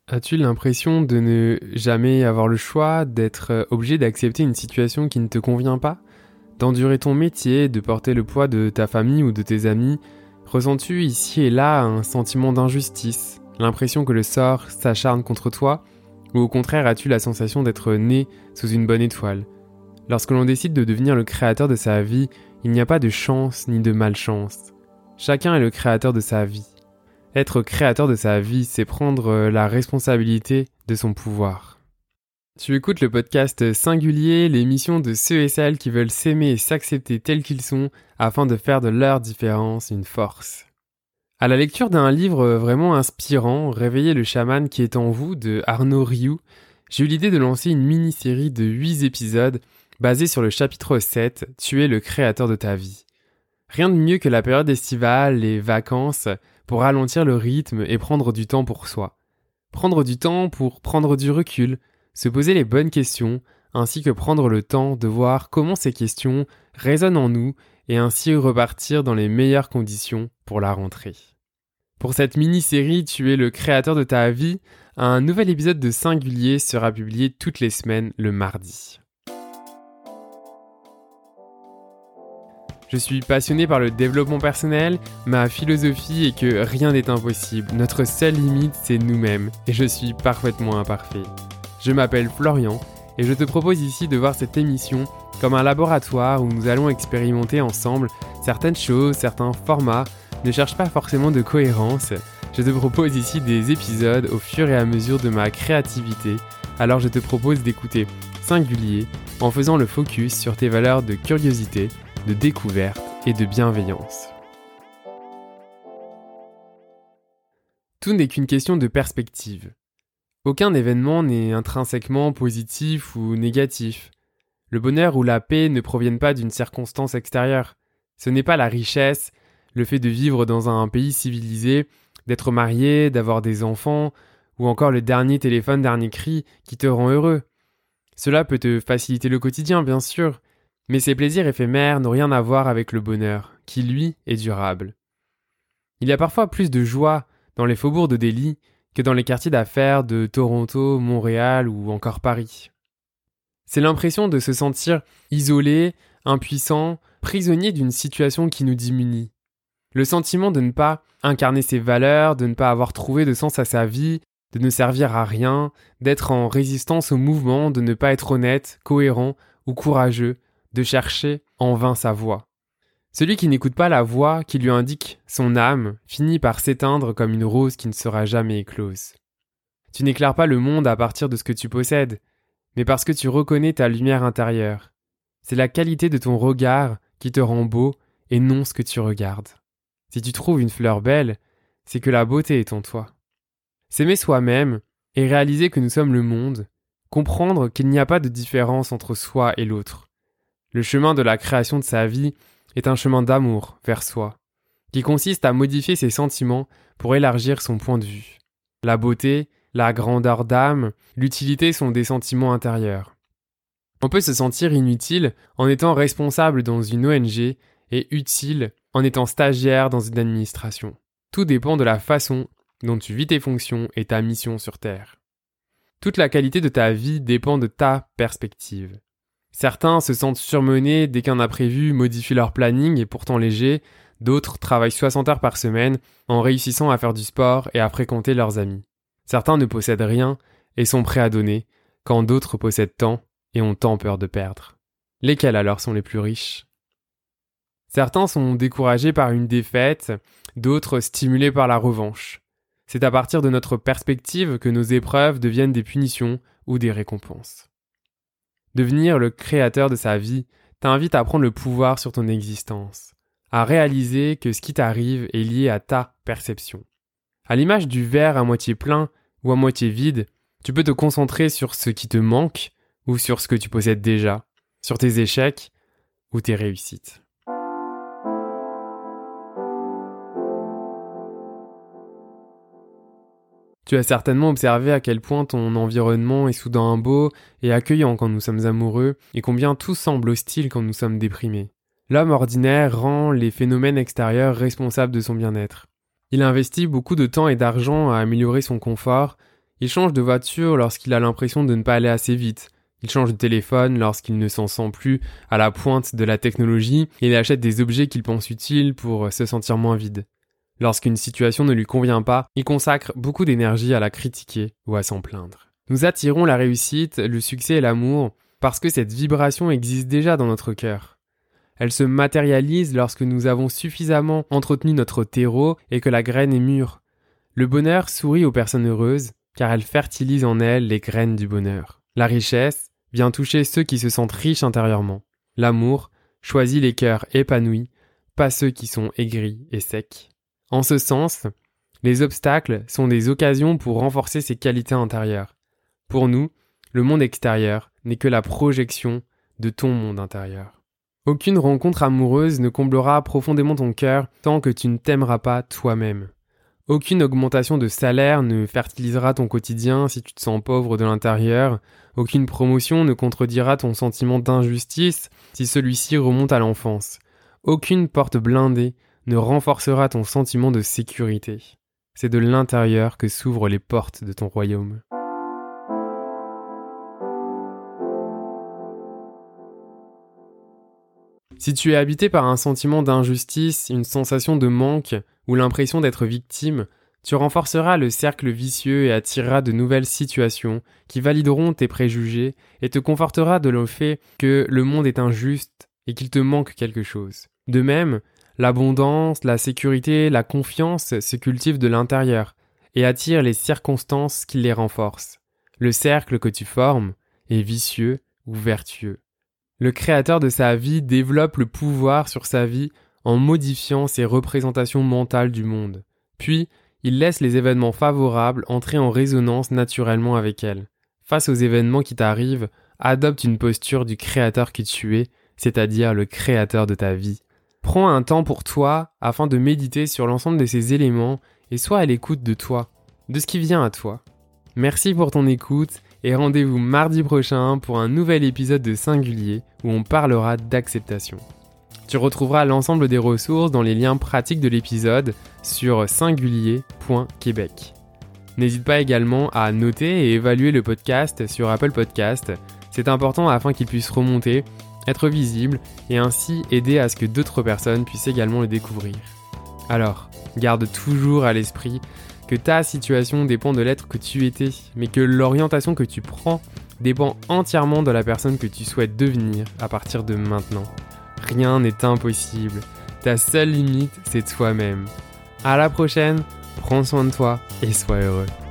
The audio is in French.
As-tu l'impression de ne jamais avoir le choix, d'être obligé d'accepter une situation qui ne te convient pas? D'endurer ton métier, de porter le poids de ta famille ou de tes amis? Ressens-tu ici et là un sentiment d'injustice, l'impression que le sort s'acharne contre toi? Ou au contraire as-tu la sensation d'être né sous une bonne étoile? Lorsque l'on décide de devenir le créateur de sa vie, il n'y a pas de chance ni de malchance. Chacun est le créateur de sa vie. Être créateur de sa vie, c'est prendre la responsabilité de son pouvoir. Tu écoutes le podcast Singulier, l'émission de ceux et celles qui veulent s'aimer et s'accepter tels qu'ils sont afin de faire de leur différence une force. À la lecture d'un livre vraiment inspirant, Réveiller le chaman qui est en vous de Arnaud Rioux, j'ai eu l'idée de lancer une mini-série de 8 épisodes basée sur le chapitre 7, Tu es le créateur de ta vie. Rien de mieux que la période estivale, les vacances, pour ralentir le rythme et prendre du temps pour soi. Prendre du temps pour prendre du recul, se poser les bonnes questions, ainsi que prendre le temps de voir comment ces questions résonnent en nous et ainsi repartir dans les meilleures conditions pour la rentrée. Pour cette mini-série Tu es le créateur de ta vie, un nouvel épisode de Singulier sera publié toutes les semaines le mardi. Je suis passionné par le développement personnel, ma philosophie est que rien n'est impossible, notre seule limite c'est nous-mêmes, et je suis parfaitement imparfait. Je m'appelle Florian, et je te propose ici de voir cette émission comme un laboratoire où nous allons expérimenter ensemble certaines choses, certains formats, ne cherche pas forcément de cohérence. Je te propose ici des épisodes au fur et à mesure de ma créativité, alors je te propose d'écouter Singulier en faisant le focus sur tes valeurs de curiosité, de découverte et de bienveillance. Tout n'est qu'une question de perspective. Aucun événement n'est intrinsèquement positif ou négatif. Le bonheur ou la paix ne proviennent pas d'une circonstance extérieure. Ce n'est pas la richesse, le fait de vivre dans un pays civilisé, d'être marié, d'avoir des enfants, ou encore le dernier téléphone, dernier cri qui te rend heureux. Cela peut te faciliter le quotidien, bien sûr, mais ces plaisirs éphémères n'ont rien à voir avec le bonheur, qui lui est durable. Il y a parfois plus de joie dans les faubourgs de Delhi que dans les quartiers d'affaires de Toronto, Montréal ou encore Paris. C'est l'impression de se sentir isolé, impuissant, prisonnier d'une situation qui nous diminue. Le sentiment de ne pas incarner ses valeurs, de ne pas avoir trouvé de sens à sa vie, de ne servir à rien, d'être en résistance au mouvement, de ne pas être honnête, cohérent ou courageux, de chercher en vain sa voix. Celui qui n'écoute pas la voix qui lui indique son âme finit par s'éteindre comme une rose qui ne sera jamais éclose. Tu n'éclaires pas le monde à partir de ce que tu possèdes, mais parce que tu reconnais ta lumière intérieure. C'est la qualité de ton regard qui te rend beau et non ce que tu regardes. Si tu trouves une fleur belle, c'est que la beauté est en toi. S'aimer soi-même et réaliser que nous sommes le monde, comprendre qu'il n'y a pas de différence entre soi et l'autre. Le chemin de la création de sa vie est un chemin d'amour vers soi, qui consiste à modifier ses sentiments pour élargir son point de vue. La beauté, la grandeur d'âme, l'utilité sont des sentiments intérieurs. On peut se sentir inutile en étant responsable dans une ONG et utile en étant stagiaire dans une administration. Tout dépend de la façon dont tu vis tes fonctions et ta mission sur Terre. Toute la qualité de ta vie dépend de ta perspective. Certains se sentent surmenés dès qu'un imprévu modifie leur planning et pourtant léger, d'autres travaillent 60 heures par semaine en réussissant à faire du sport et à fréquenter leurs amis. Certains ne possèdent rien et sont prêts à donner, quand d'autres possèdent tant et ont tant peur de perdre. Lesquels alors sont les plus riches ? Certains sont découragés par une défaite, d'autres stimulés par la revanche. C'est à partir de notre perspective que nos épreuves deviennent des punitions ou des récompenses. Devenir le créateur de sa vie t'invite à prendre le pouvoir sur ton existence, à réaliser que ce qui t'arrive est lié à ta perception. À l'image du verre à moitié plein ou à moitié vide, tu peux te concentrer sur ce qui te manque ou sur ce que tu possèdes déjà, sur tes échecs ou tes réussites. Tu as certainement observé à quel point ton environnement est soudain beau et accueillant quand nous sommes amoureux et combien tout semble hostile quand nous sommes déprimés. L'homme ordinaire rend les phénomènes extérieurs responsables de son bien-être. Il investit beaucoup de temps et d'argent à améliorer son confort Il change de voiture lorsqu'il a l'impression de ne pas aller assez vite. Il change de téléphone lorsqu'il ne s'en sent plus à la pointe de la technologie et il achète des objets qu'il pense utiles pour se sentir moins vide. Lorsqu'une situation ne lui convient pas, il consacre beaucoup d'énergie à la critiquer ou à s'en plaindre. Nous attirons la réussite, le succès et l'amour parce que cette vibration existe déjà dans notre cœur. Elle se matérialise lorsque nous avons suffisamment entretenu notre terreau et que la graine est mûre. Le bonheur sourit aux personnes heureuses car elle fertilise en elles les graines du bonheur. La richesse vient toucher ceux qui se sentent riches intérieurement. L'amour choisit les cœurs épanouis, pas ceux qui sont aigris et secs. En ce sens, les obstacles sont des occasions pour renforcer ses qualités intérieures. Pour nous, le monde extérieur n'est que la projection de ton monde intérieur. Aucune rencontre amoureuse ne comblera profondément ton cœur tant que tu ne t'aimeras pas toi-même. Aucune augmentation de salaire ne fertilisera ton quotidien si tu te sens pauvre de l'intérieur. Aucune promotion ne contredira ton sentiment d'injustice si celui-ci remonte à l'enfance. Aucune porte blindée ne renforcera ton sentiment de sécurité. C'est de l'intérieur que s'ouvrent les portes de ton royaume. Si tu es habité par un sentiment d'injustice, une sensation de manque ou l'impression d'être victime, tu renforceras le cercle vicieux et attireras de nouvelles situations qui valideront tes préjugés et te confortera de le fait que le monde est injuste et qu'il te manque quelque chose. De même, l'abondance, la sécurité, la confiance se cultivent de l'intérieur et attirent les circonstances qui les renforcent. Le cercle que tu formes est vicieux ou vertueux. Le créateur de sa vie développe le pouvoir sur sa vie en modifiant ses représentations mentales du monde. Puis, il laisse les événements favorables entrer en résonance naturellement avec elles. Face aux événements qui t'arrivent, adopte une posture du créateur que tu es, c'est-à-dire le créateur de ta vie. Prends un temps pour toi afin de méditer sur l'ensemble de ces éléments et sois à l'écoute de toi, de ce qui vient à toi. Merci pour ton écoute et rendez-vous mardi prochain pour un nouvel épisode de Singulier où on parlera d'acceptation. Tu retrouveras l'ensemble des ressources dans les liens pratiques de l'épisode sur singulier.québec. N'hésite pas également à noter et évaluer le podcast sur Apple Podcast. C'est important afin qu'il puisse remonter, être visible et ainsi aider à ce que d'autres personnes puissent également le découvrir. Alors, garde toujours à l'esprit que ta situation dépend de l'être que tu étais, mais que l'orientation que tu prends dépend entièrement de la personne que tu souhaites devenir à partir de maintenant. Rien n'est impossible. Ta seule limite, c'est toi-même. À la prochaine, prends soin de toi et sois heureux.